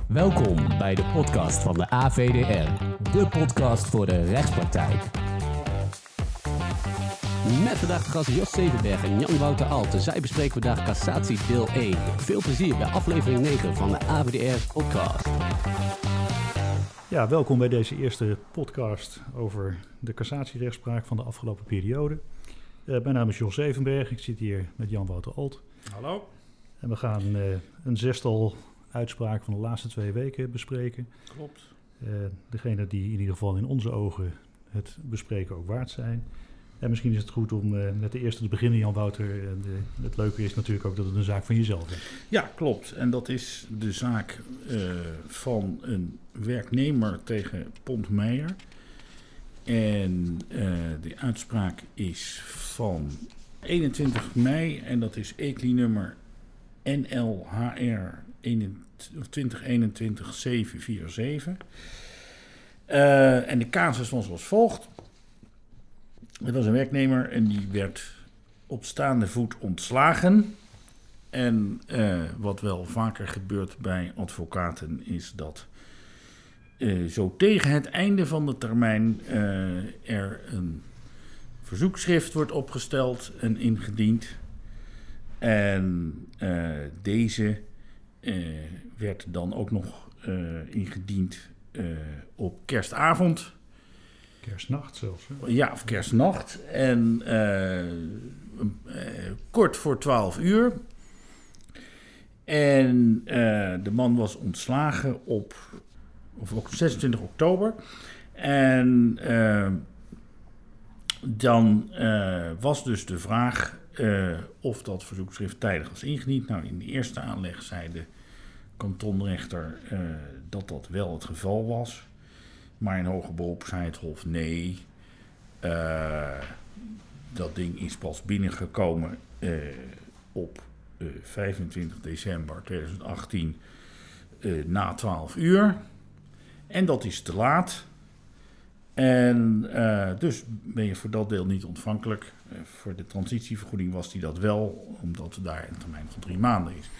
Welkom bij de podcast van de AVDR, de podcast voor de rechtspraktijk. Met vandaag de gast Jos Zevenberg en Jan Wouter Alte. Zij bespreken vandaag cassatie deel 1. Veel plezier bij aflevering 9 van de AVDR podcast. Ja, welkom bij deze eerste podcast over de cassatierechtspraak van de afgelopen periode. Mijn naam is Jos Zevenberg, ik zit hier met Jan Wouter Alt. Hallo. En we gaan een zestal uitspraken van de laatste 2 weken bespreken. Klopt. Degene die in ieder geval in onze ogen het bespreken ook waard zijn. En misschien is het goed om met de eerste te beginnen, Jan Wouter. Het leuke is natuurlijk ook dat het een zaak van jezelf is. Ja, klopt. En dat is de zaak van een werknemer tegen Pont Meijer. En de uitspraak is van 21 mei en dat is ECLI-nummer NLHR 2021-747. En de casus was zoals volgt. Het was een werknemer en die werd op staande voet ontslagen. En wat wel vaker gebeurt bij advocaten is dat zo tegen het einde van de termijn er een verzoekschrift wordt opgesteld en ingediend. En deze werd dan ook nog ingediend op kerstavond. Kerstnacht zelfs. Hè? Ja, of kerstnacht. En kort voor 12 uur. En de man was ontslagen op 26 oktober. En dan was dus de vraag of dat verzoekschrift tijdig was ingediend. Nou, in de eerste aanleg zei de kantonrechter dat dat wel het geval was. Maar in hoger beroep zei het Hof nee. Dat ding is pas binnengekomen op 25 december 2018 na 12 uur. En dat is te laat. En dus ben je voor dat deel niet ontvankelijk. Voor de transitievergoeding was die dat wel, omdat daar een termijn van 3 maanden is.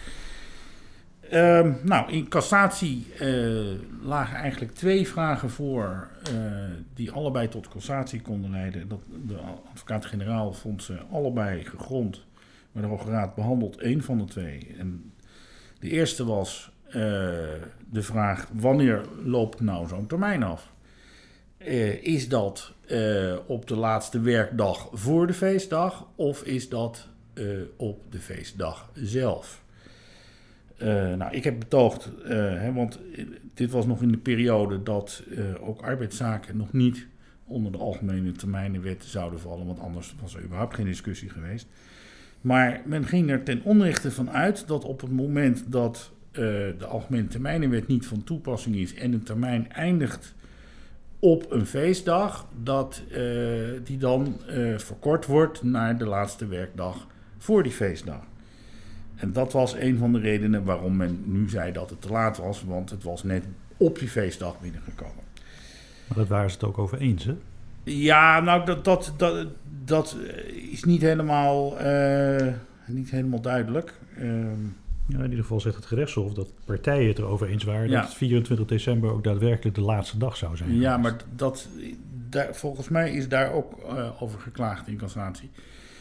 Nou, in cassatie lagen eigenlijk 2 vragen voor die allebei tot cassatie konden leiden. De advocaat-generaal vond ze allebei gegrond, maar de Hoge Raad behandelt 1 van de 2. En de eerste was de vraag: wanneer loopt nou zo'n termijn af? Is dat op de laatste werkdag voor de feestdag of is dat op de feestdag zelf? Nou, ik heb betoogd, want dit was nog in de periode dat ook arbeidszaken nog niet onder de algemene termijnenwet zouden vallen, want anders was er überhaupt geen discussie geweest. Maar men ging er ten onrechte van uit dat op het moment dat de algemene termijnenwet niet van toepassing is en een termijn eindigt op een feestdag, dat die dan verkort wordt naar de laatste werkdag voor die feestdag. En dat was een van de redenen waarom men nu zei dat het te laat was, want het was net op die feestdag binnengekomen. Maar dat waren ze het ook over eens, hè? Ja, nou, dat is niet helemaal duidelijk. Ja, in ieder geval zegt het gerechtshof dat partijen het erover eens waren Ja. dat 24 december ook daadwerkelijk de laatste dag zou zijn. Ja, maar volgens mij is daar ook over geklaagd in cassatie.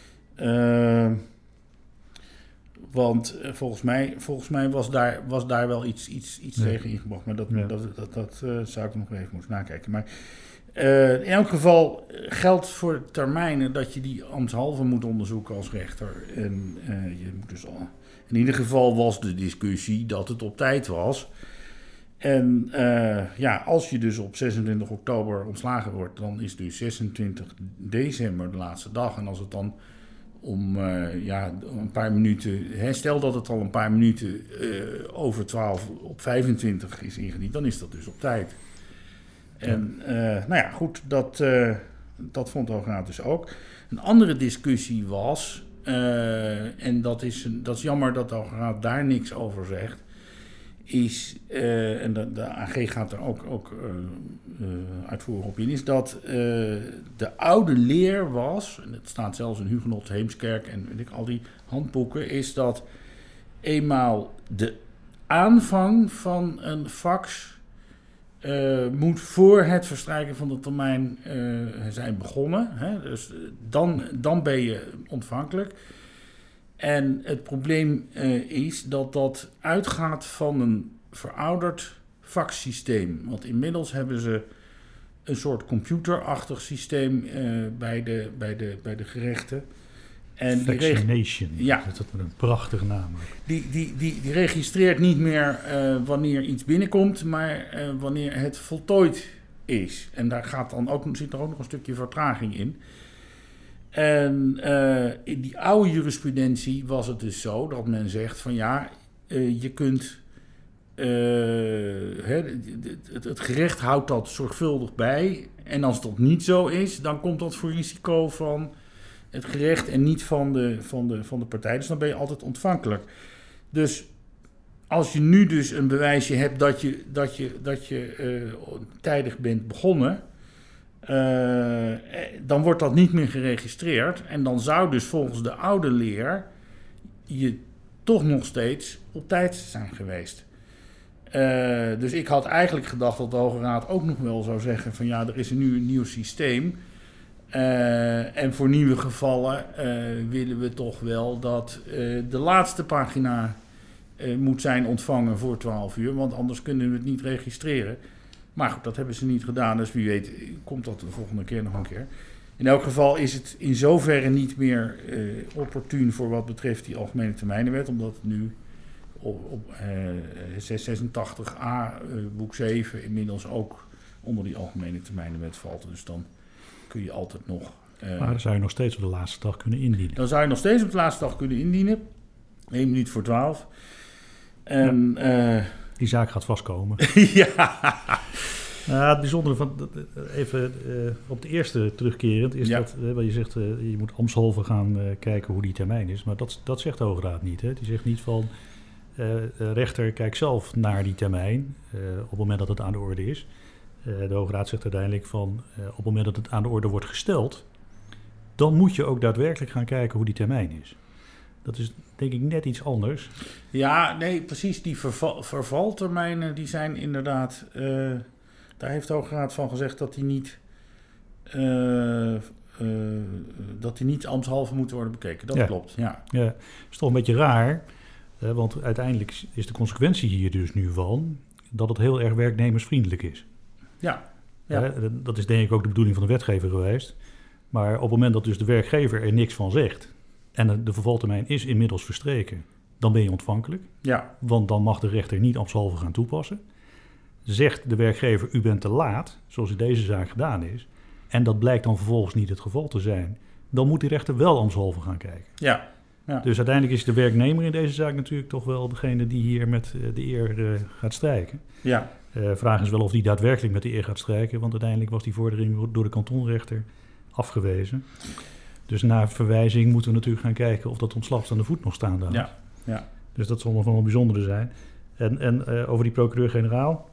Want volgens mij was daar wel iets tegen ingebracht. Maar dat zou ik nog even moeten nakijken. Maar in elk geval geldt voor termijnen dat je die ambtshalve moet onderzoeken als rechter. En je moet dus al. In ieder geval was de discussie dat het op tijd was. En als je dus op 26 oktober ontslagen wordt, dan is dus 26 december de laatste dag. En als het dan om een paar minuten, stel dat het al een paar minuten over 12 op 25 is ingediend, dan is dat dus op tijd. En goed, dat vond de Hoge Raad dus ook. Een andere discussie was, en dat is jammer dat de Hoge Raad daar niks over zegt, is, en de AG gaat er ook uitvoerig op in, is dat de oude leer was, en het staat zelfs in Hugenot, Heemskerk en weet ik, al die handboeken, is dat eenmaal de aanvang van een fax moet voor het verstrijken van de termijn zijn begonnen. Hè? Dus dan ben je ontvankelijk. En het probleem is dat uitgaat van een verouderd faxsysteem. Want inmiddels hebben ze een soort computerachtig systeem bij de gerechten. En Vaccination, ja, dat is een prachtige naam. Die registreert niet meer wanneer iets binnenkomt, maar wanneer het voltooid is. En daar zit er ook nog een stukje vertraging in. En in die oude jurisprudentie was het dus zo dat men zegt van ja, je kunt... het gerecht houdt dat zorgvuldig bij. En als dat niet zo is, dan komt dat voor risico van het gerecht en niet van de partij. Dus dan ben je altijd ontvankelijk. Dus als je nu dus een bewijsje hebt dat je tijdig bent begonnen, dan wordt dat niet meer geregistreerd. En dan zou dus volgens de oude leer je toch nog steeds op tijd zijn geweest. Dus ik had eigenlijk gedacht dat de Hoge Raad ook nog wel zou zeggen van ja, er is nu een nieuw systeem. En voor nieuwe gevallen willen we toch wel dat de laatste pagina moet zijn ontvangen voor 12 uur. Want anders kunnen we het niet registreren. Maar goed, dat hebben ze niet gedaan. Dus wie weet komt dat de volgende keer nog een keer. In elk geval is het in zoverre niet meer opportun voor wat betreft die algemene termijnenwet. Omdat het nu op 686a boek 7 inmiddels ook onder die algemene termijnenwet valt. Dus dan kun je altijd nog... maar dan zou je nog steeds op de laatste dag kunnen indienen. Dan zou je nog steeds op de laatste dag kunnen indienen. 1 minuut voor 12. En, ja, die zaak gaat vastkomen. Ja. Het bijzondere van, even op de eerste terugkerend, is dat, wat je zegt, je moet ambtshalve gaan kijken hoe die termijn is. Maar dat zegt de Hoge Raad niet. Hè? Die zegt niet van, rechter, kijk zelf naar die termijn op het moment dat het aan de orde is. De Hoge Raad zegt uiteindelijk van, op het moment dat het aan de orde wordt gesteld, dan moet je ook daadwerkelijk gaan kijken hoe die termijn is. Dat is denk ik net iets anders. Ja, nee, precies. Die vervaltermijnen, die zijn inderdaad... daar heeft de Hoge Raad van gezegd dat die niet ambtshalve moeten worden bekeken. Dat klopt, ja. Ja, dat is toch een beetje raar. Want uiteindelijk is de consequentie hier dus nu van dat het heel erg werknemersvriendelijk is. Ja. Dat is denk ik ook de bedoeling van de wetgever geweest. Maar op het moment dat dus de werkgever er niks van zegt en de vervaltermijn is inmiddels verstreken, dan ben je ontvankelijk. Ja. Want dan mag de rechter niet ambtshalve gaan toepassen. Zegt de werkgever, u bent te laat, zoals in deze zaak gedaan is, en dat blijkt dan vervolgens niet het geval te zijn, dan moet de rechter wel ambtshalve gaan kijken. Ja. Ja. Dus uiteindelijk is de werknemer in deze zaak natuurlijk toch wel degene die hier met de eer gaat strijken. Ja. Vraag is wel of die daadwerkelijk met de eer gaat strijken, want uiteindelijk was die vordering door de kantonrechter afgewezen. Dus na verwijzing moeten we natuurlijk gaan kijken of dat ontslag aan de voet nog staande had. Ja. Ja. Dus dat zal nog wel een bijzondere zijn. En over die procureur-generaal,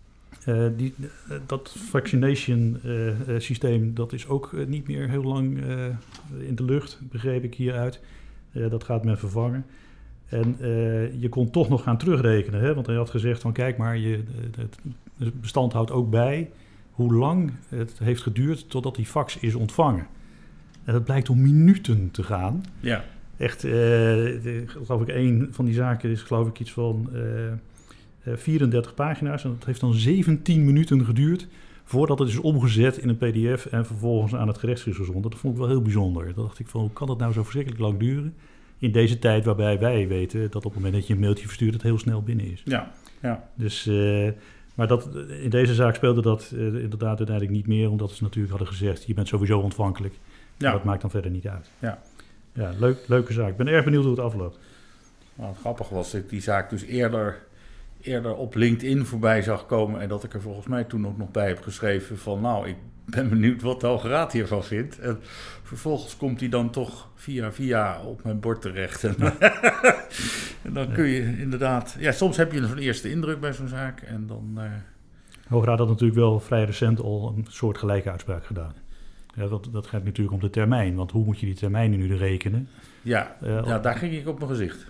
dat vaccination systeem, dat is ook niet meer heel lang in de lucht, begreep ik hieruit. Dat gaat men vervangen. En je kon toch nog gaan terugrekenen, hè? Want hij had gezegd van kijk maar, het bestand houdt ook bij hoe lang het heeft geduurd totdat die fax is ontvangen. En dat blijkt om minuten te gaan. Ja. Echt, geloof ik, een van die zaken is geloof ik iets van 34 pagina's. En dat heeft dan 17 minuten geduurd voordat het is omgezet in een pdf en vervolgens aan het gerecht is gezonden. Dat vond ik wel heel bijzonder. Dan dacht ik van, hoe kan dat nou zo verschrikkelijk lang duren? In deze tijd waarbij wij weten dat op het moment dat je een mailtje verstuurt, het heel snel binnen is. Ja, ja. Dus, maar in deze zaak speelde dat inderdaad uiteindelijk niet meer, omdat ze natuurlijk hadden gezegd, je bent sowieso ontvankelijk. Ja. Dat maakt dan verder niet uit. Ja, ja, leuke zaak. Ik ben erg benieuwd hoe het afloopt. Nou, het grappige was dat ik die zaak dus eerder op LinkedIn voorbij zag komen en dat ik er volgens mij toen ook nog bij heb geschreven van nou, ik ben benieuwd wat de Hoge Raad hiervan vindt. En vervolgens komt hij dan toch via op mijn bord terecht. En, en dan kun je inderdaad... Ja, soms heb je een eerste indruk bij zo'n zaak en dan... De Hoge Raad had natuurlijk wel vrij recent al een soort gelijke uitspraak gedaan. Ja, dat gaat natuurlijk om de termijn, want hoe moet je die termijnen nu rekenen? Ja, daar ging ik op mijn gezicht.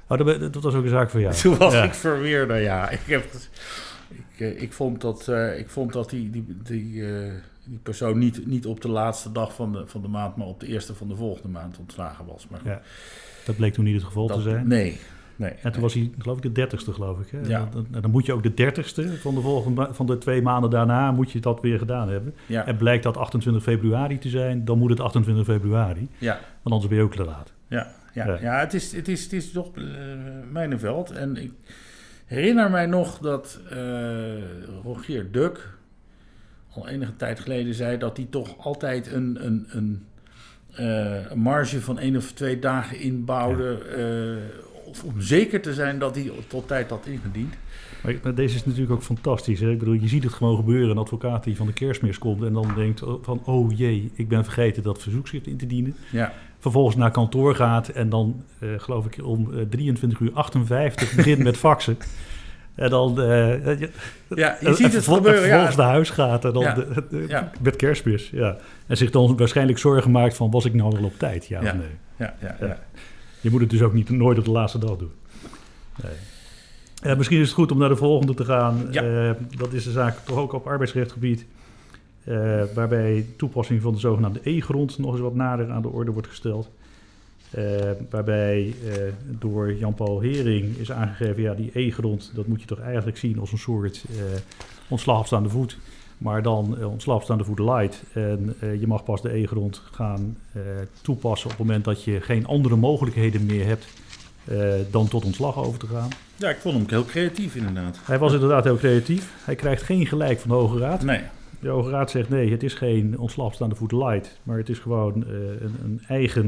Oh, dat was ook een zaak voor jou. Toen was ik verweerder, ja. Ik vond dat die persoon niet op de laatste dag van de maand, maar op de eerste van de volgende maand ontslagen was. Maar ja, dat bleek toen niet het geval te zijn. Nee. En toen was hij, geloof ik, de 30ste, geloof ik. Hè? Ja. Dan moet je ook de 30ste van de 2 maanden daarna moet je dat weer gedaan hebben. Ja. En blijkt dat 28 februari te zijn, dan moet het 28 februari. Ja. Want anders ben je ook te laat. Ja, het is toch mijnenveld. En ik herinner mij nog dat Rogier Duk al enige tijd geleden zei dat hij toch altijd een marge van 1 of 2 dagen inbouwde. Om zeker te zijn dat hij tot tijd had ingediend. Maar deze is natuurlijk ook fantastisch. Hè? Ik bedoel, je ziet het gewoon gebeuren. Een advocaat die van de kerstmis komt en dan denkt van... oh jee, ik ben vergeten dat verzoekschrift in te dienen. Ja. Vervolgens naar kantoor gaat en dan, geloof ik, om 23:58 begint met faxen. En dan je ziet het gebeuren. Vervolgens naar huis gaat en dan met kerstmis. Ja. En zich dan waarschijnlijk zorgen maakt van... was ik nou wel op tijd, ja of nee? Ja. Je moet het dus ook nooit op de laatste dag doen. Nee. Misschien is het goed om naar de volgende te gaan. Ja. Dat is de zaak toch ook op arbeidsrechtgebied. Waarbij toepassing van de zogenaamde E-grond nog eens wat nader aan de orde wordt gesteld. Waarbij door Jan-Paul Hering is aangegeven... ja, die E-grond, dat moet je toch eigenlijk zien als een soort ontslag op staande voet... maar dan ontslag op staande voet light. En je mag pas de E-grond gaan toepassen op het moment dat je geen andere mogelijkheden meer hebt... dan tot ontslag over te gaan. Ja, ik vond hem heel creatief inderdaad. Hij was inderdaad heel creatief. Hij krijgt geen gelijk van de Hoge Raad. Nee. De Hoge Raad zegt nee, het is geen ontslag op staande voet light... maar het is gewoon een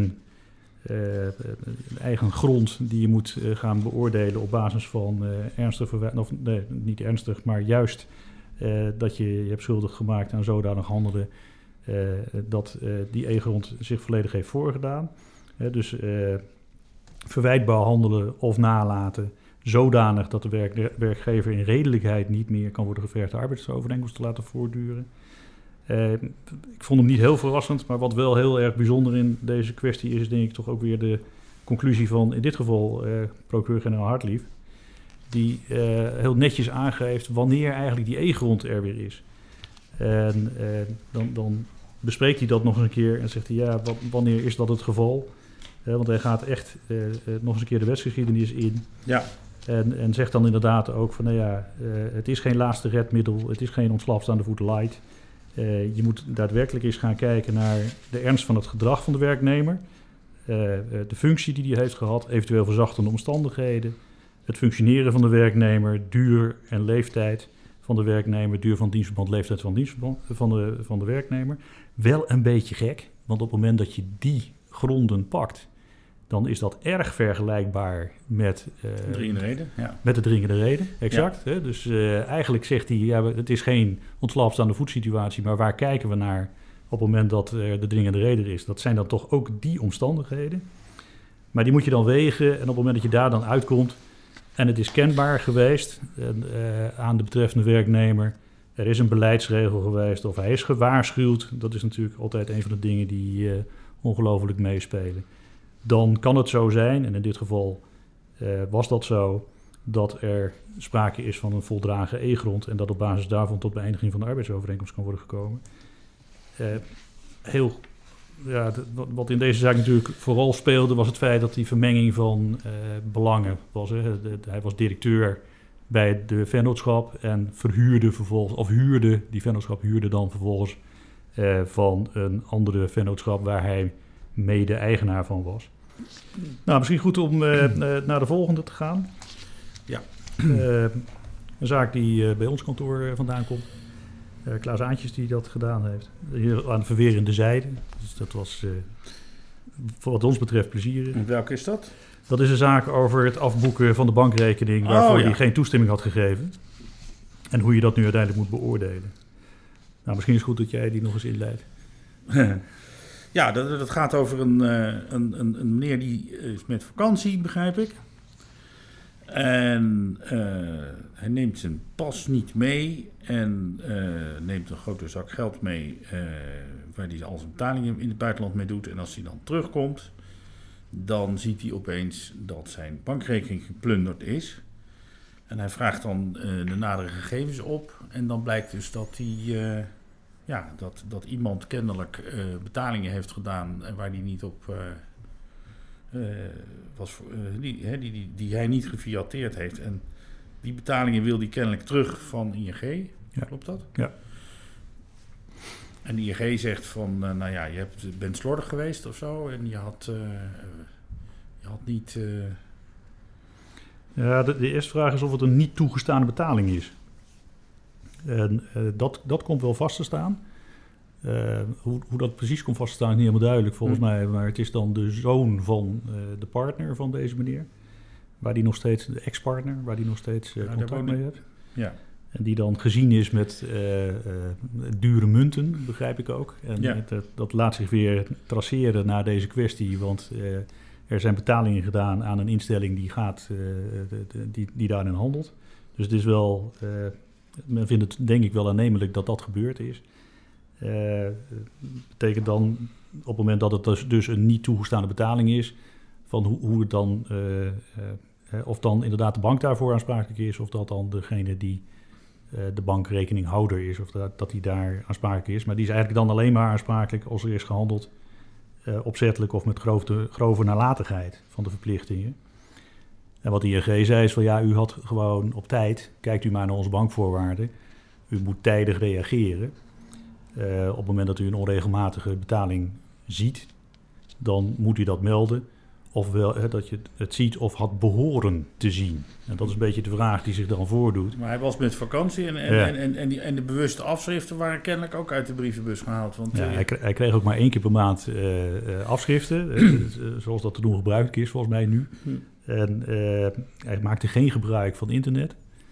eigen grond die je moet gaan beoordelen... op basis van ernstig verwijt... of nee, niet ernstig, maar juist... dat je hebt schuldig gemaakt aan zodanig handelen... dat die E-grond zich volledig heeft voorgedaan. Dus verwijtbaar handelen of nalaten... zodanig dat de werkgever in redelijkheid niet meer kan worden gevraagd... de arbeidsovereenkomst te laten voortduren. Ik vond hem niet heel verrassend... maar wat wel heel erg bijzonder in deze kwestie is... denk ik toch ook weer de conclusie van... in dit geval procureur-generaal Hartlief... die heel netjes aangeeft wanneer eigenlijk die E-grond er weer is. En dan bespreekt hij dat nog eens een keer en zegt hij... ja, wanneer is dat het geval? Want hij gaat echt nog eens een keer de wetsgeschiedenis in. Ja. En zegt dan inderdaad ook van... nou ja, het is geen laatste redmiddel, het is geen ontslag op staande voet light. Je moet daadwerkelijk eens gaan kijken naar de ernst van het gedrag van de werknemer... de functie die hij heeft gehad, eventueel verzachtende omstandigheden... het functioneren van de werknemer, duur en leeftijd van de werknemer... duur van dienstverband, leeftijd van dienstverband van de werknemer. Wel een beetje gek, want op het moment dat je die gronden pakt... dan is dat erg vergelijkbaar met... dringende reden, ja. Met de dringende reden, exact. Ja. Hè? Dus eigenlijk zegt hij, ja, het is geen ontslag op staande voet situatie... maar waar kijken we naar op het moment dat de dringende reden is? Dat zijn dan toch ook die omstandigheden. Maar die moet je dan wegen en op het moment dat je daar dan uitkomt... en het is kenbaar geweest aan de betreffende werknemer... er is een beleidsregel geweest of hij is gewaarschuwd... dat is natuurlijk altijd een van de dingen die ongelooflijk meespelen... dan kan het zo zijn, en in dit geval was dat zo... dat er sprake is van een voldragen E-grond... en dat op basis daarvan tot beëindiging van de arbeidsovereenkomst kan worden gekomen. Wat in deze zaak natuurlijk vooral speelde... was het feit dat die vermenging van belangen was. Hè. Hij was directeur bij de vennootschap en verhuurde vervolgens... of huurde, die vennootschap huurde dan vervolgens... van een andere vennootschap waar hij mede-eigenaar van was. Nou, misschien goed om naar de volgende te gaan. Ja. Een zaak die bij ons kantoor vandaan komt. Klaas Aantjes die dat gedaan heeft. Hier aan de verwerende zijde. Dus dat was voor wat ons betreft plezierig. En welke is dat? Dat is een zaak over het afboeken van de bankrekening... waarvoor hij geen toestemming had gegeven. En hoe je dat nu uiteindelijk moet beoordelen. Nou, misschien is het goed dat jij die nog eens inleidt. Ja, dat gaat over een meneer die is met vakantie, begrijp ik. En hij neemt zijn pas niet mee en neemt een grote zak geld mee... waar hij al zijn betalingen in het buitenland mee doet. En als hij dan terugkomt, Dan ziet hij opeens dat zijn bankrekening geplunderd is. En hij vraagt dan de nadere gegevens op. En dan blijkt dus dat dat iemand kennelijk betalingen heeft gedaan waar hij niet op die hij niet gefiateerd heeft. En die betalingen wil hij kennelijk terug van ING. Ja. Klopt dat? Ja. En de ING zegt van, je bent slordig geweest of zo. En je had niet... Ja, de eerste vraag is of het een niet toegestane betaling is. En dat komt wel vast te staan. Hoe dat precies komt vast te staan is niet helemaal duidelijk volgens mij. Maar het is dan de zoon van de partner van deze meneer. Waar die nog steeds, de ex-partner, waar die nog steeds contact mee heeft. Ja. En die dan gezien is met dure munten, begrijp ik ook. En dat laat zich weer traceren naar deze kwestie. Want er zijn betalingen gedaan aan een instelling die daarin handelt. Dus het is wel, men vindt het denk ik wel aannemelijk dat dat gebeurd is. Betekent dan op het moment dat het dus een niet toegestaande betaling is, van hoe het dan, of dan inderdaad de bank daarvoor aansprakelijk is, of dat dan degene die de bankrekeninghouder is, of dat die daar aansprakelijk is. Maar die is eigenlijk dan alleen maar aansprakelijk als er is gehandeld opzettelijk of met grove nalatigheid van de verplichtingen. En wat de ING zei is van u had gewoon op tijd, kijkt u maar naar onze bankvoorwaarden, u moet tijdig reageren. Op het moment dat u een onregelmatige betaling ziet, dan moet u dat melden. Ofwel dat je het ziet of had behoren te zien. En dat is een beetje de vraag die zich dan voordoet. Maar hij was met vakantie en de bewuste afschriften waren kennelijk ook uit de brievenbus gehaald. Want hij kreeg ook maar 1 keer per maand afschriften, zoals dat te doen gebruikelijk is volgens mij nu. En hij maakte geen gebruik van internet.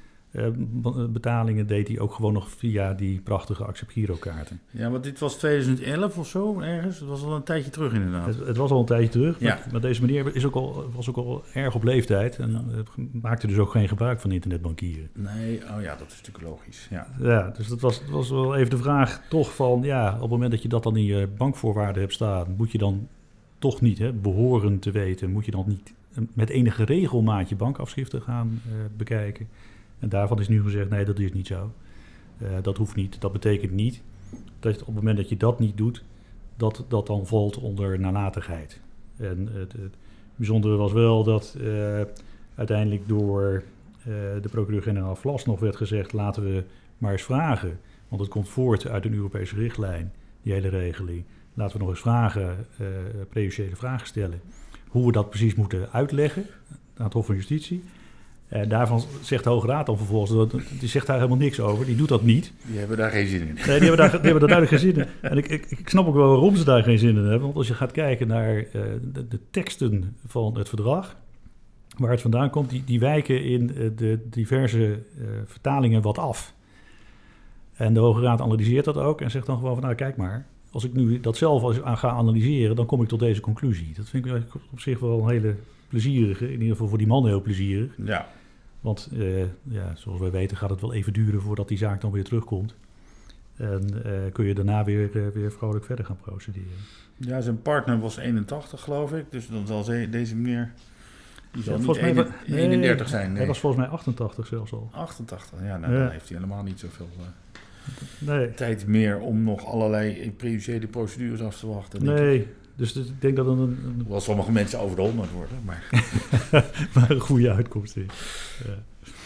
Betalingen deed hij ook gewoon nog via die prachtige Accept-Girokaarten. Ja, want dit was 2011 of zo ergens. Het was al een tijdje terug inderdaad. Het was al een tijdje terug. Ja. Maar deze meneer was ook al erg op leeftijd. En maakte dus ook geen gebruik van internetbankieren. Nee, dat is natuurlijk logisch. Ja, dus dat was wel even de vraag toch van, op het moment dat je dat dan in je bankvoorwaarden hebt staan, moet je dan toch niet, behoren te weten, moet je dan niet met enige regelmaat je bankafschriften gaan bekijken. En daarvan is nu gezegd, nee, dat is niet zo. Dat hoeft niet. Dat betekent niet dat op het moment dat je dat niet doet, dat dan valt onder nalatigheid. En het bijzondere was wel dat uiteindelijk door de procureur-generaal Vlas nog werd gezegd, laten we maar eens vragen. Want het komt voort uit een Europese richtlijn, die hele regeling. Laten we nog eens vragen, prejudiciële vragen stellen. Hoe we dat precies moeten uitleggen aan het Hof van Justitie. Daarvan zegt de Hoge Raad dan vervolgens, die zegt daar helemaal niks over, die doet dat niet. Die hebben daar geen zin in. Nee, die hebben daar duidelijk geen zin in. En ik snap ook wel waarom ze daar geen zin in hebben. Want als je gaat kijken naar de teksten van het verdrag, waar het vandaan komt, die wijken in de diverse vertalingen wat af. En de Hoge Raad analyseert dat ook en zegt dan gewoon van, kijk maar, als ik nu dat zelf ga analyseren, dan kom ik tot deze conclusie. Dat vind ik op zich wel een hele plezierige, in ieder geval voor die man heel plezierig. Ja. Want zoals wij weten gaat het wel even duren voordat die zaak dan weer terugkomt. En kun je daarna weer vrolijk verder gaan procederen. Ja, zijn partner was 81 geloof ik, dus dan zal deze meneer, die zal niet 31 zijn. Nee. Hij was volgens mij 88 zelfs al. 88, dan heeft hij helemaal niet zoveel nee. tijd meer om nog allerlei prejudiciële procedures af te wachten. Nee, dus ik denk dat het Hoewel sommige mensen over de 100 worden, maar... maar een goede uitkomst is. Ja.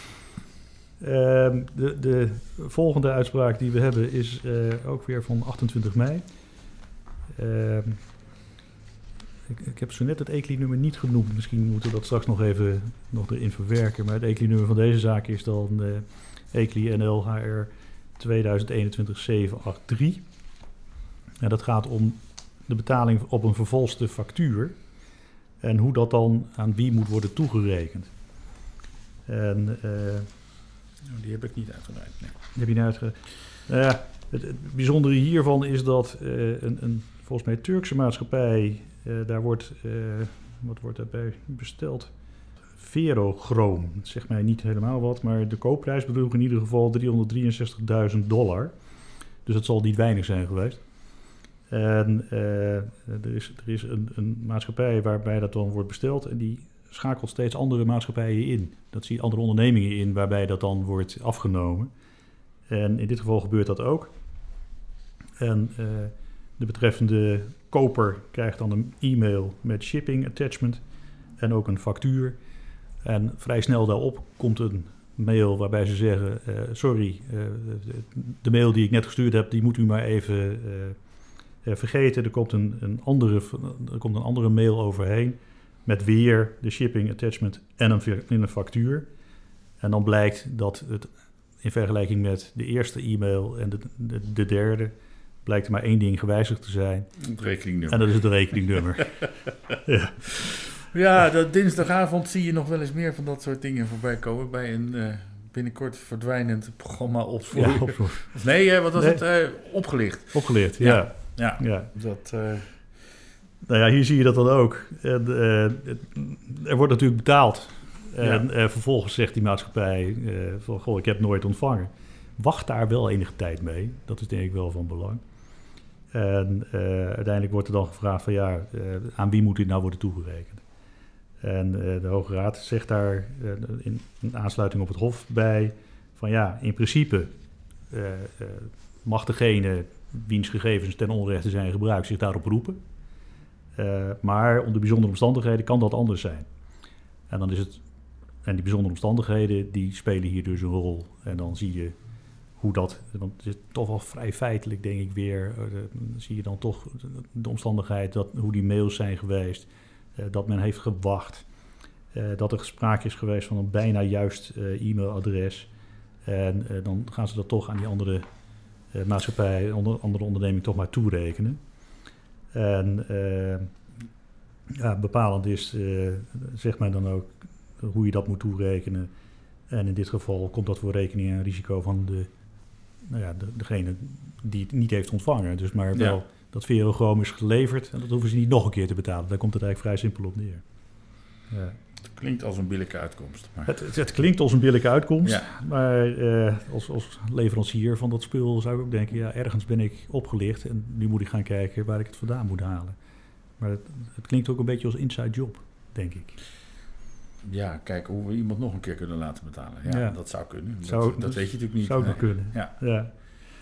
De volgende uitspraak die we hebben is ook weer van 28 mei. Ik heb zo net het ECLI-nummer niet genoemd. Misschien moeten we dat straks nog even erin verwerken. Maar het ECLI-nummer van deze zaak is dan ECLI NL HR 2021-783. En dat gaat om de betaling op een vervalste factuur. En hoe dat dan aan wie moet worden toegerekend. En... die heb ik niet uitgebreid. Nee. Die heb je niet uitgebreid. Het bijzondere hiervan is dat een volgens mij Turkse maatschappij, daar wordt, wat wordt daarbij besteld? Ferrochroom. Dat zegt mij niet helemaal wat, maar de koopprijs bedroeg in ieder geval $363.000. Dus dat zal niet weinig zijn geweest. En er is een maatschappij waarbij dat dan wordt besteld en die schakelt steeds andere maatschappijen in. Dat zie je andere ondernemingen in waarbij dat dan wordt afgenomen. En in dit geval gebeurt dat ook. En de betreffende koper krijgt dan een e-mail met shipping attachment en ook een factuur. En vrij snel daarop komt een mail waarbij ze zeggen, sorry, de mail die ik net gestuurd heb, die moet u maar even vergeten. Er komt een andere mail overheen met weer de shipping attachment en een factuur. En dan blijkt dat het in vergelijking met de eerste e-mail en de derde blijkt er maar één ding gewijzigd te zijn. Het rekeningnummer. En dat is het rekeningnummer. Ja. Ja, dat dinsdagavond zie je nog wel eens meer van dat soort dingen voorbij komen bij een binnenkort verdwijnend programma Opvoer. Ja, Opvoer. Nee, wat was het? Opgelicht. Opgelicht, ja. Ja. Dat, nou ja, hier zie je dat dan ook. En, er wordt natuurlijk betaald. En vervolgens zegt die maatschappij van, goh, ik heb het nooit ontvangen. Wacht daar wel enige tijd mee. Dat is denk ik wel van belang. En uiteindelijk wordt er dan gevraagd van ja, aan wie moet dit nou worden toegerekend? En de Hoge Raad zegt daar in aansluiting op het Hof bij van ja, in principe mag degene wiens gegevens ten onrechte zijn gebruikt zich daarop roepen. Maar onder bijzondere omstandigheden kan dat anders zijn. En dan is het, en die bijzondere omstandigheden die spelen hier dus een rol. En dan zie je hoe dat, want het is toch wel vrij feitelijk denk ik weer, zie je dan toch de omstandigheid dat hoe die mails zijn geweest, dat men heeft gewacht, dat er sprake is geweest van een bijna juist e-mailadres. En dan gaan ze dat toch aan die andere maatschappij, andere onderneming toch maar toerekenen. En bepalend is, zegt men dan ook, hoe je dat moet toerekenen. En in dit geval komt dat voor rekening en risico van degene die het niet heeft ontvangen. Dus maar wel dat verochroom is geleverd en dat hoeven ze niet nog een keer te betalen. Daar komt het eigenlijk vrij simpel op neer. Ja. Het klinkt als een billijke uitkomst. Maar... Het klinkt als een billijke uitkomst, ja. Maar als leverancier van dat spul zou ik ook denken, ja, ergens ben ik opgelicht en nu moet ik gaan kijken waar ik het vandaan moet halen. Maar het klinkt ook een beetje als inside job, denk ik. Ja, kijken hoe we iemand nog een keer kunnen laten betalen. Ja, dat zou kunnen. Dat weet je natuurlijk niet. Zou nog kunnen. Ja.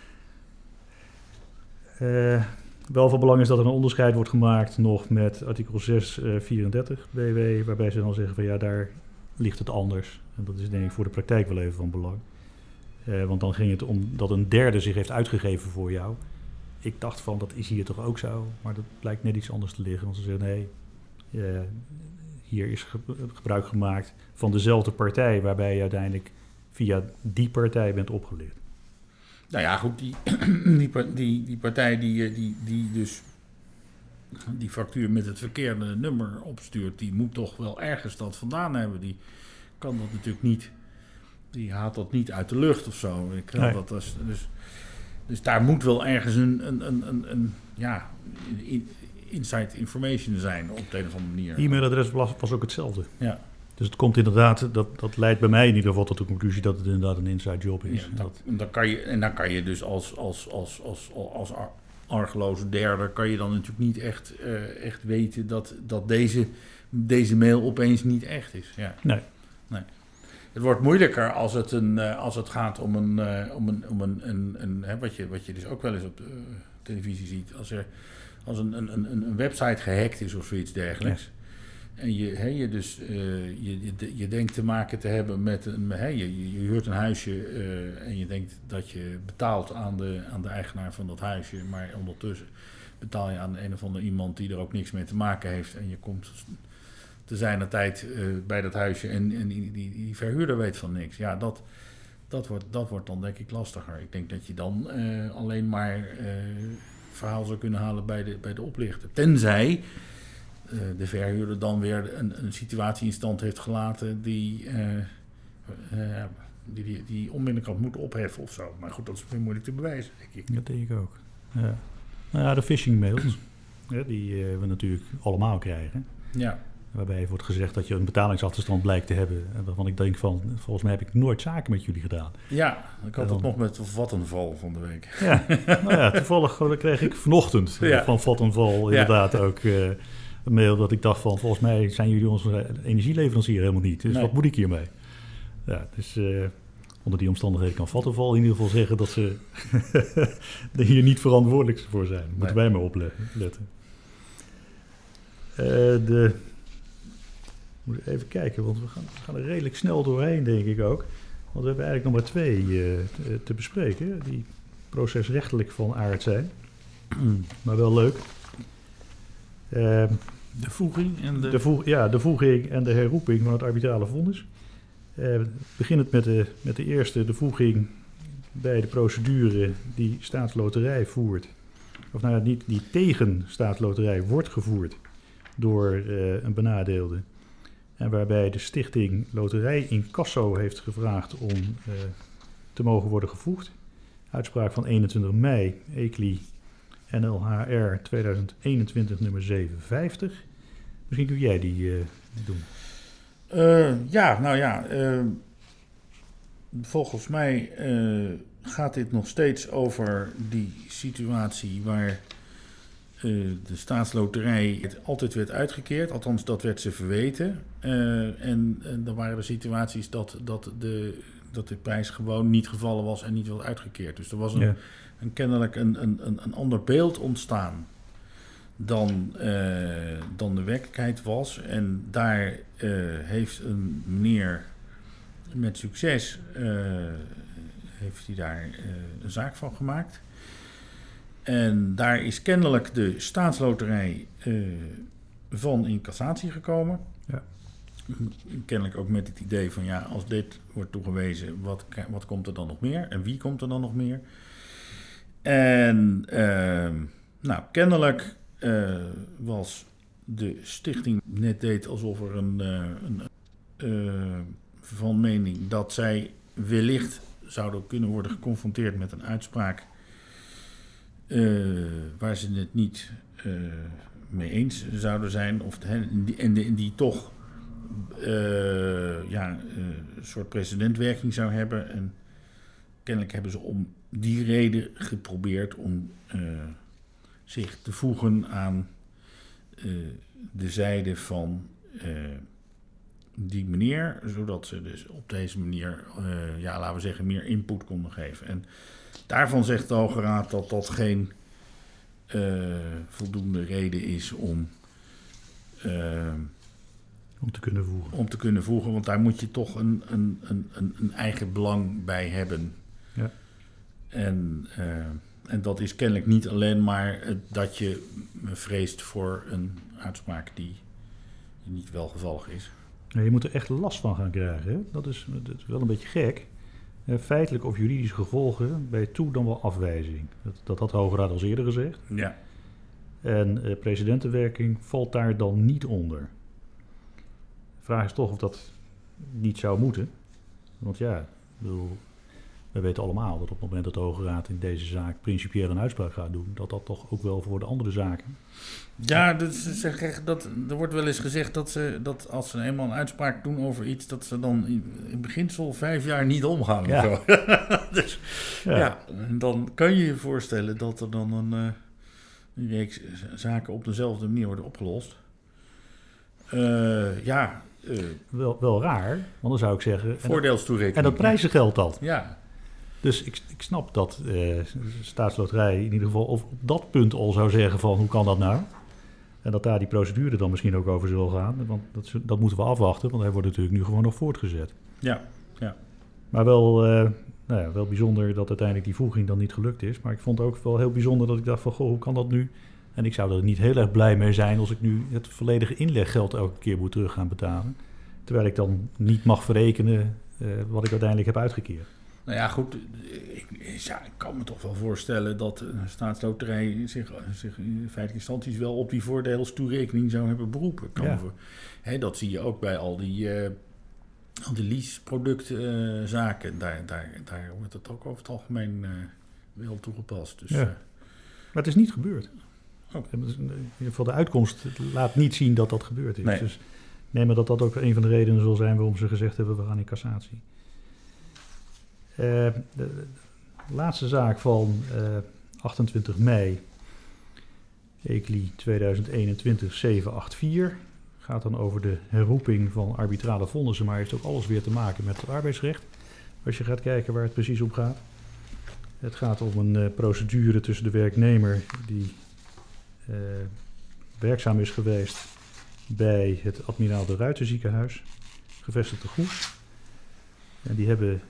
Wel van belang is dat er een onderscheid wordt gemaakt nog met artikel 634 BW, waarbij ze dan zeggen van ja, daar ligt het anders. En dat is denk ik voor de praktijk wel even van belang. Want dan ging het om dat een derde zich heeft uitgegeven voor jou. Ik dacht van, dat is hier toch ook zo? Maar dat blijkt net iets anders te liggen. Want ze zeggen nee, hier is gebruik gemaakt van dezelfde partij, waarbij je uiteindelijk via die partij bent opgelicht. Nou ja, goed, die partij die dus die factuur met het verkeerde nummer opstuurt, die moet toch wel ergens dat vandaan hebben. Die kan dat natuurlijk niet, die haalt dat niet uit de lucht of zo. Ik geloof dat dus daar moet wel ergens een inside information zijn op de een of andere manier. E-mailadres was ook hetzelfde. Ja. Dus het komt inderdaad, dat leidt bij mij in ieder geval tot de conclusie dat het inderdaad een inside job is. Ja, dan kan je dus als argeloze derde kan je dan natuurlijk niet echt weten dat deze mail opeens niet echt is. Ja. Nee. Het wordt moeilijker als het gaat om een wat je dus ook wel eens op de televisie ziet, als een website gehackt is of zoiets dergelijks. Ja. En je denkt te maken te hebben met je huurt een huisje en je denkt dat je betaalt aan de eigenaar van dat huisje, maar ondertussen betaal je aan een of andere iemand die er ook niks mee te maken heeft en je komt te zijner tijd bij dat huisje en die verhuurder weet van niks. Ja, dat wordt dan denk ik lastiger. Ik denk dat je dan alleen maar verhaal zou kunnen halen bij de oplichter. Tenzij de verhuurder dan weer een situatie in stand heeft gelaten die onmiddellijk had moeten opheffen of zo. Maar goed, dat is weer moeilijk te bewijzen, denk ik. Dat denk ik ook. Ja. Nou ja, de phishing mails, die we natuurlijk allemaal krijgen. Ja. Waarbij wordt gezegd dat je een betalingsachterstand blijkt te hebben. En waarvan ik denk van, volgens mij heb ik nooit zaken met jullie gedaan. Ja, ik had het nog met Vattenfall van de week. Ja, nou ja, toevallig kreeg ik vanochtend van Vattenfall inderdaad ook een mail dat ik dacht van, volgens mij zijn jullie onze energieleverancier helemaal niet. Dus wat moet ik hiermee? Ja, dus onder die omstandigheden kan Vattenfall in ieder geval zeggen dat ze er hier niet verantwoordelijk voor zijn. Moeten wij maar opletten. Moet even kijken, want we gaan er redelijk snel doorheen, denk ik ook. Want we hebben eigenlijk nog maar 2 te bespreken, die procesrechtelijk van aard zijn. Maar wel leuk. De voeging en de voeging en de herroeping van het arbitrale vonnis. Beginnend met de eerste, de voeging bij de procedure die Staatsloterij voert. Of nou ja, die tegen Staatsloterij wordt gevoerd door een benadeelde. En waarbij de stichting Loterij Incasso heeft gevraagd om te mogen worden gevoegd. Uitspraak van 21 mei, ECLI NLHR 2021 nummer 57. Misschien kun jij die doen. Volgens mij gaat dit nog steeds over die situatie waar de Staatsloterij het altijd werd uitgekeerd. Althans, dat werd ze verweten. En dan waren er situaties dat de prijs gewoon niet gevallen was en niet werd uitgekeerd. Dus er was kennelijk een ander beeld ontstaan dan de werkelijkheid was. En daar heeft een meneer met succes heeft hij daar een zaak van gemaakt. En daar is kennelijk de Staatsloterij van in cassatie gekomen. Ja. Kennelijk ook met het idee van als dit wordt toegewezen, wat komt er dan nog meer? En wie komt er dan nog meer? En kennelijk was de stichting net deed alsof er van mening dat zij wellicht zouden kunnen worden geconfronteerd met een uitspraak waar ze het niet mee eens zouden zijn, en die toch een soort precedentwerking zou hebben. En kennelijk hebben ze om die reden geprobeerd om zich te voegen aan de zijde van die meneer, zodat ze dus op deze manier, laten we zeggen, meer input konden geven. En daarvan zegt de Hoge Raad dat dat geen voldoende reden is om te kunnen voegen. Want daar moet je toch een eigen belang bij hebben. Ja. En dat is kennelijk niet alleen maar dat je vreest voor een uitspraak die niet welgevallig is. Ja, je moet er echt last van gaan krijgen. Hè? Dat is wel een beetje gek. Feitelijk of juridische gevolgen bij toe dan wel afwijzing. Dat had de Hoge Raad al eerder gezegd. Ja. En precedentenwerking valt daar dan niet onder. De vraag is toch of dat niet zou moeten. Want we weten allemaal dat op het moment dat de Hoge Raad in deze zaak principieel een uitspraak gaat doen, dat toch ook wel voor de andere zaken. Ja, er wordt wel eens gezegd dat als ze eenmaal een uitspraak doen over iets, dat ze dan in beginsel 5 jaar niet omgaan. Ja. Of zo. Dus dan kan je je voorstellen dat er dan een reeks zaken op dezelfde manier worden opgelost. Wel raar, want dan zou ik zeggen. Voordeelstoerekening. En dat prijzengeld dat. Ja. Dus ik snap dat Staatsloterij in ieder geval op dat punt al zou zeggen van hoe kan dat nou? En dat daar die procedure dan misschien ook over zal gaan. Want dat moeten we afwachten, want hij wordt natuurlijk nu gewoon nog voortgezet. Ja. Maar wel bijzonder dat uiteindelijk die voeging dan niet gelukt is. Maar ik vond het ook wel heel bijzonder dat ik dacht van hoe kan dat nu? En ik zou er niet heel erg blij mee zijn als ik nu het volledige inleggeld elke keer moet terug gaan betalen. Terwijl ik dan niet mag verrekenen wat ik uiteindelijk heb uitgekeerd. Nou ja, goed. Ik kan me toch wel voorstellen dat de Staatsloterij zich in feitelijke instanties wel op die voordeelstoerekening zou hebben beroepen. Dat zie je ook bij al die leaseproductzaken. Daar wordt het ook over het algemeen wel toegepast. Dus, ja. Maar het is niet gebeurd. Oh. In ieder geval de uitkomst laat niet zien dat dat gebeurd is. Nee. Dus neem maar dat dat ook een van de redenen zal zijn waarom ze gezegd hebben, we gaan in cassatie. De laatste zaak van 28 mei, ECLI 2021-784, gaat dan over de herroeping van arbitrale vonnissen, maar heeft ook alles weer te maken met het arbeidsrecht. Als je gaat kijken waar het precies om gaat. Het gaat om een procedure tussen de werknemer die werkzaam is geweest bij het Admiraal de Ruyter ziekenhuis, gevestigd te Goes. En die hebben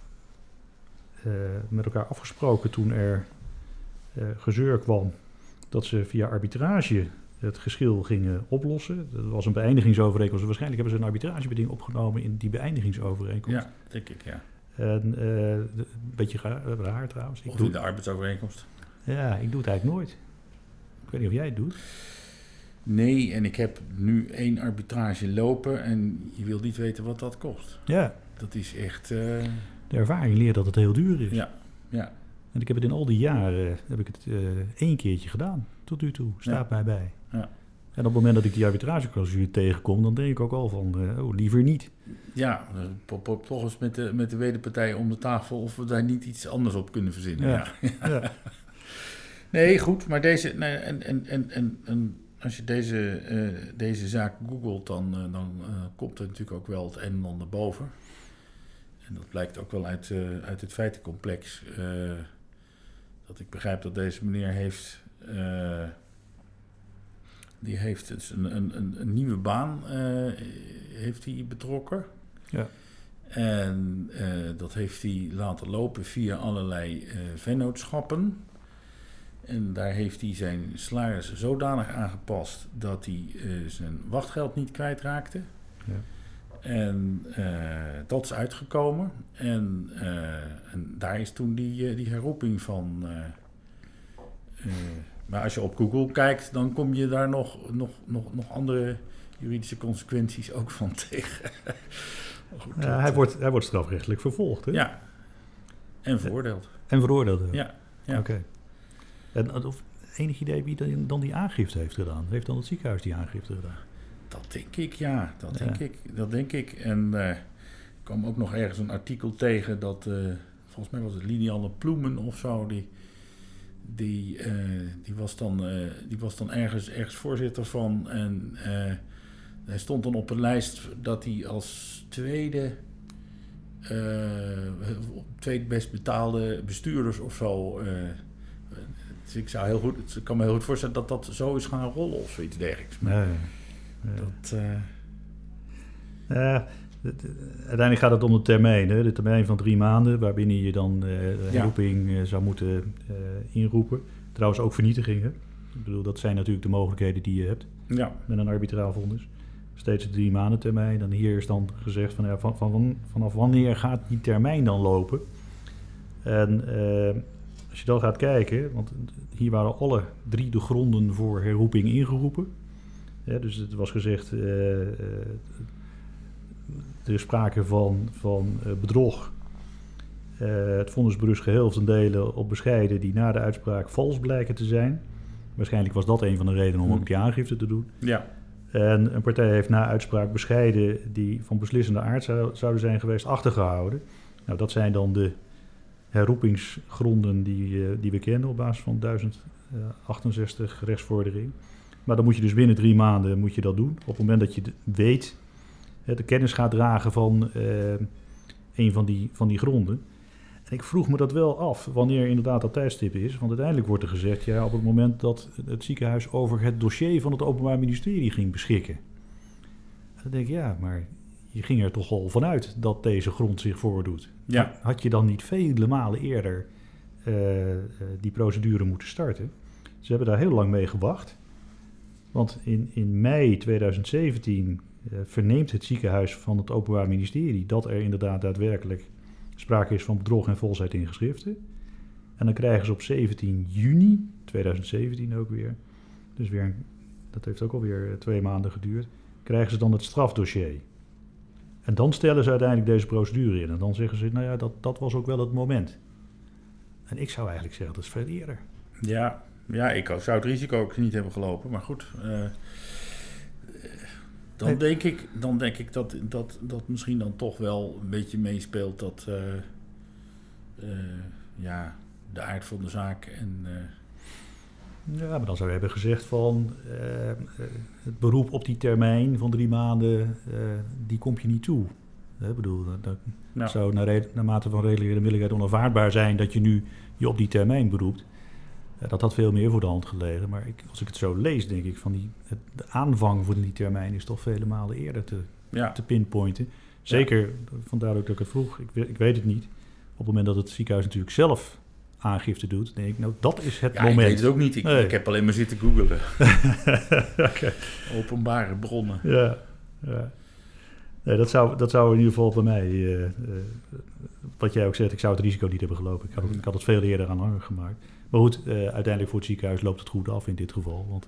met elkaar afgesproken toen er gezeur kwam dat ze via arbitrage het geschil gingen oplossen. Dat was een beëindigingsovereenkomst. Waarschijnlijk hebben ze een arbitragebeding opgenomen in die beëindigingsovereenkomst. Ja, denk ik, ja. En, een beetje raar trouwens. Of in de arbeidsovereenkomst. Ja, ik doe het eigenlijk nooit. Ik weet niet of jij het doet. Nee, en ik heb nu 1 arbitrage lopen en je wil niet weten wat dat kost. Ja. Dat is echt... De ervaring leert dat het heel duur is. Ja, ja. En ik heb het in al die jaren, heb ik het 1 keertje gedaan. Tot nu toe, staat mij bij. Ja. En op het moment dat ik die arbitrageclausule tegenkom, dan denk ik ook al van, liever niet. Ja, toch eens met de wederpartij om de tafel of we daar niet iets anders op kunnen verzinnen. Ja. Ja. Nee, goed, maar deze... En als je deze zaak googelt, dan komt er natuurlijk ook wel het een en ander boven. En dat blijkt ook wel uit het feitencomplex. Dat ik begrijp dat deze meneer heeft... die heeft dus een nieuwe baan heeft hij betrokken. Ja. En dat heeft hij laten lopen via allerlei vennootschappen. En daar heeft hij zijn salaris zodanig aangepast dat hij zijn wachtgeld niet kwijtraakte. Ja. En dat is uitgekomen. En daar is toen die herroeping van... maar als je op Google kijkt, dan kom je daar nog andere juridische consequenties ook van tegen. Goed, hij wordt strafrechtelijk vervolgd, hè? Ja, en veroordeeld. En veroordeeld. Ja. Ja. Oké. En enig idee wie dan die aangifte heeft gedaan? Heeft dan het ziekenhuis die aangifte gedaan? Dat denk ik, ja. Dat denk ik. En ik kwam ook nog ergens een artikel tegen dat... volgens mij was het Lilianne Ploemen of zo... Die was dan ergens voorzitter van. En hij stond dan op een lijst dat hij als tweede best betaalde bestuurders of zo. Dus ik kan me heel goed voorstellen dat dat zo is gaan rollen of zoiets dergelijks. Maar uiteindelijk gaat het om de termijn. Hè? De termijn van 3 maanden, waarbinnen je dan herroeping zou moeten inroepen. Trouwens ook vernietigingen. Ik bedoel, dat zijn natuurlijk de mogelijkheden die je hebt met een arbitraal vonnis. Steeds een 3 maanden termijn. En hier is dan gezegd vanaf wanneer gaat die termijn dan lopen? En als je dan gaat kijken, want hier waren alle 3 de gronden voor herroeping ingeroepen. Ja, dus het was gezegd... Er is sprake van bedrog. Het vonnis berust geheel of ten dele op bescheiden die na de uitspraak vals blijken te zijn. Waarschijnlijk was dat een van de redenen om ook die aangifte te doen. Ja. En een partij heeft na uitspraak bescheiden die van beslissende aard zouden zijn geweest achtergehouden. Nou, dat zijn dan de herroepingsgronden die we kennen op basis van 1068 rechtsvordering. Maar dan moet je dus binnen 3 maanden moet je dat doen. Op het moment dat je weet... de kennis gaat dragen van een van die gronden. En ik vroeg me dat wel af, wanneer inderdaad dat tijdstip is. Want uiteindelijk wordt er gezegd, ja, op het moment dat het ziekenhuis over het dossier van het Openbaar Ministerie ging beschikken. En dan denk ik, ja, maar je ging er toch al vanuit dat deze grond zich voordoet. Ja. Had je dan niet vele malen eerder die procedure moeten starten? Ze hebben daar heel lang mee gewacht. Want in mei 2017... verneemt het ziekenhuis van het Openbaar Ministerie dat er inderdaad daadwerkelijk sprake is van bedrog en valsheid in geschriften. En dan krijgen ze op 17 juni 2017 ook weer, dus dat heeft ook alweer 2 maanden geduurd, krijgen ze dan het strafdossier. En dan stellen ze uiteindelijk deze procedure in. En dan zeggen ze, nou ja, dat was ook wel het moment. En ik zou eigenlijk zeggen, dat is veel eerder. Ja, Ja, ik zou het risico ook niet hebben gelopen. Maar goed, dan denk ik dat misschien dan toch wel een beetje meespeelt dat de aard van de zaak en... Ja, maar dan zou je hebben gezegd van het beroep op die termijn van 3 maanden, die komt je niet toe. Ik bedoel, dat zou naar mate van redelijke billijkheid onaanvaardbaar zijn dat je nu je op die termijn beroept. Dat had veel meer voor de hand gelegen. Maar als ik het zo lees, denk ik van de aanvang van die termijn is toch vele malen eerder te pinpointen. Zeker, vandaar ook dat ik het vroeg. Ik weet het niet. Op het moment dat het ziekenhuis natuurlijk zelf aangifte doet, denk ik, nou, dat is het moment. Ik weet het ook niet. Ik heb alleen maar zitten googelen. Okay. Openbare bronnen. Ja. Nee, dat zou in ieder geval bij mij, wat jij ook zegt, ik zou het risico niet hebben gelopen. Ik had het veel eerder aanhangig gemaakt. Maar goed, uiteindelijk voor het ziekenhuis loopt het goed af in dit geval. Want,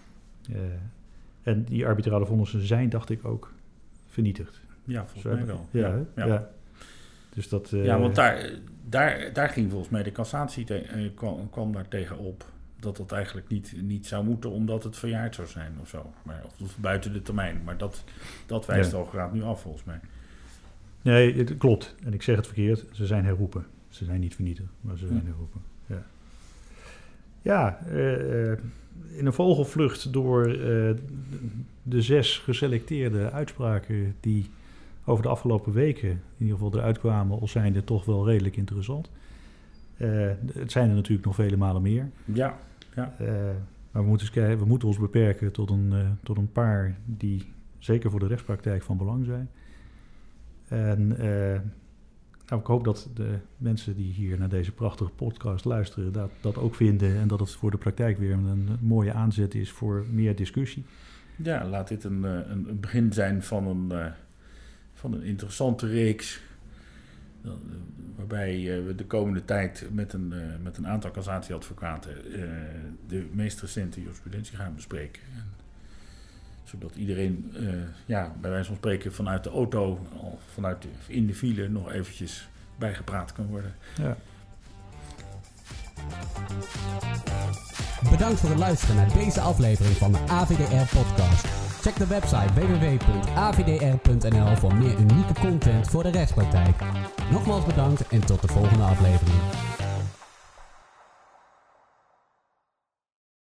en die arbitrale vonnissen zijn, dacht ik, ook vernietigd. Ja, volgens mij wel. Ja. Dus dat, want daar ging volgens mij de cassatie kwam daar tegenop. Dat eigenlijk niet zou moeten, omdat het verjaard zou zijn of zo. Of buiten de termijn. Maar dat wijst de Hoge Raad nu af, volgens mij. Nee, het klopt. En ik zeg het verkeerd. Ze zijn herroepen. Ze zijn niet vernietigd, maar ze zijn herroepen. Ja, in een vogelvlucht door de 6 geselecteerde uitspraken die over de afgelopen weken in ieder geval eruit kwamen, al zijn er toch wel redelijk interessant. Het zijn er natuurlijk nog vele malen meer. Ja. Maar we moeten ons beperken tot een paar die zeker voor de rechtspraktijk van belang zijn. En ik hoop dat de mensen die hier naar deze prachtige podcast luisteren dat ook vinden en dat het voor de praktijk weer een mooie aanzet is voor meer discussie. Ja, laat dit een begin zijn van een interessante reeks. Waarbij we de komende tijd met een aantal cassatieadvocaten de meest recente jurisprudentie gaan bespreken. Zodat iedereen bij wijze van spreken vanuit de auto, in de file nog eventjes bijgepraat kan worden. Ja. Bedankt voor het luisteren naar deze aflevering van de AVDR-podcast. Check de website www.avdr.nl voor meer unieke content voor de rechtspraktijk. Nogmaals bedankt en tot de volgende aflevering.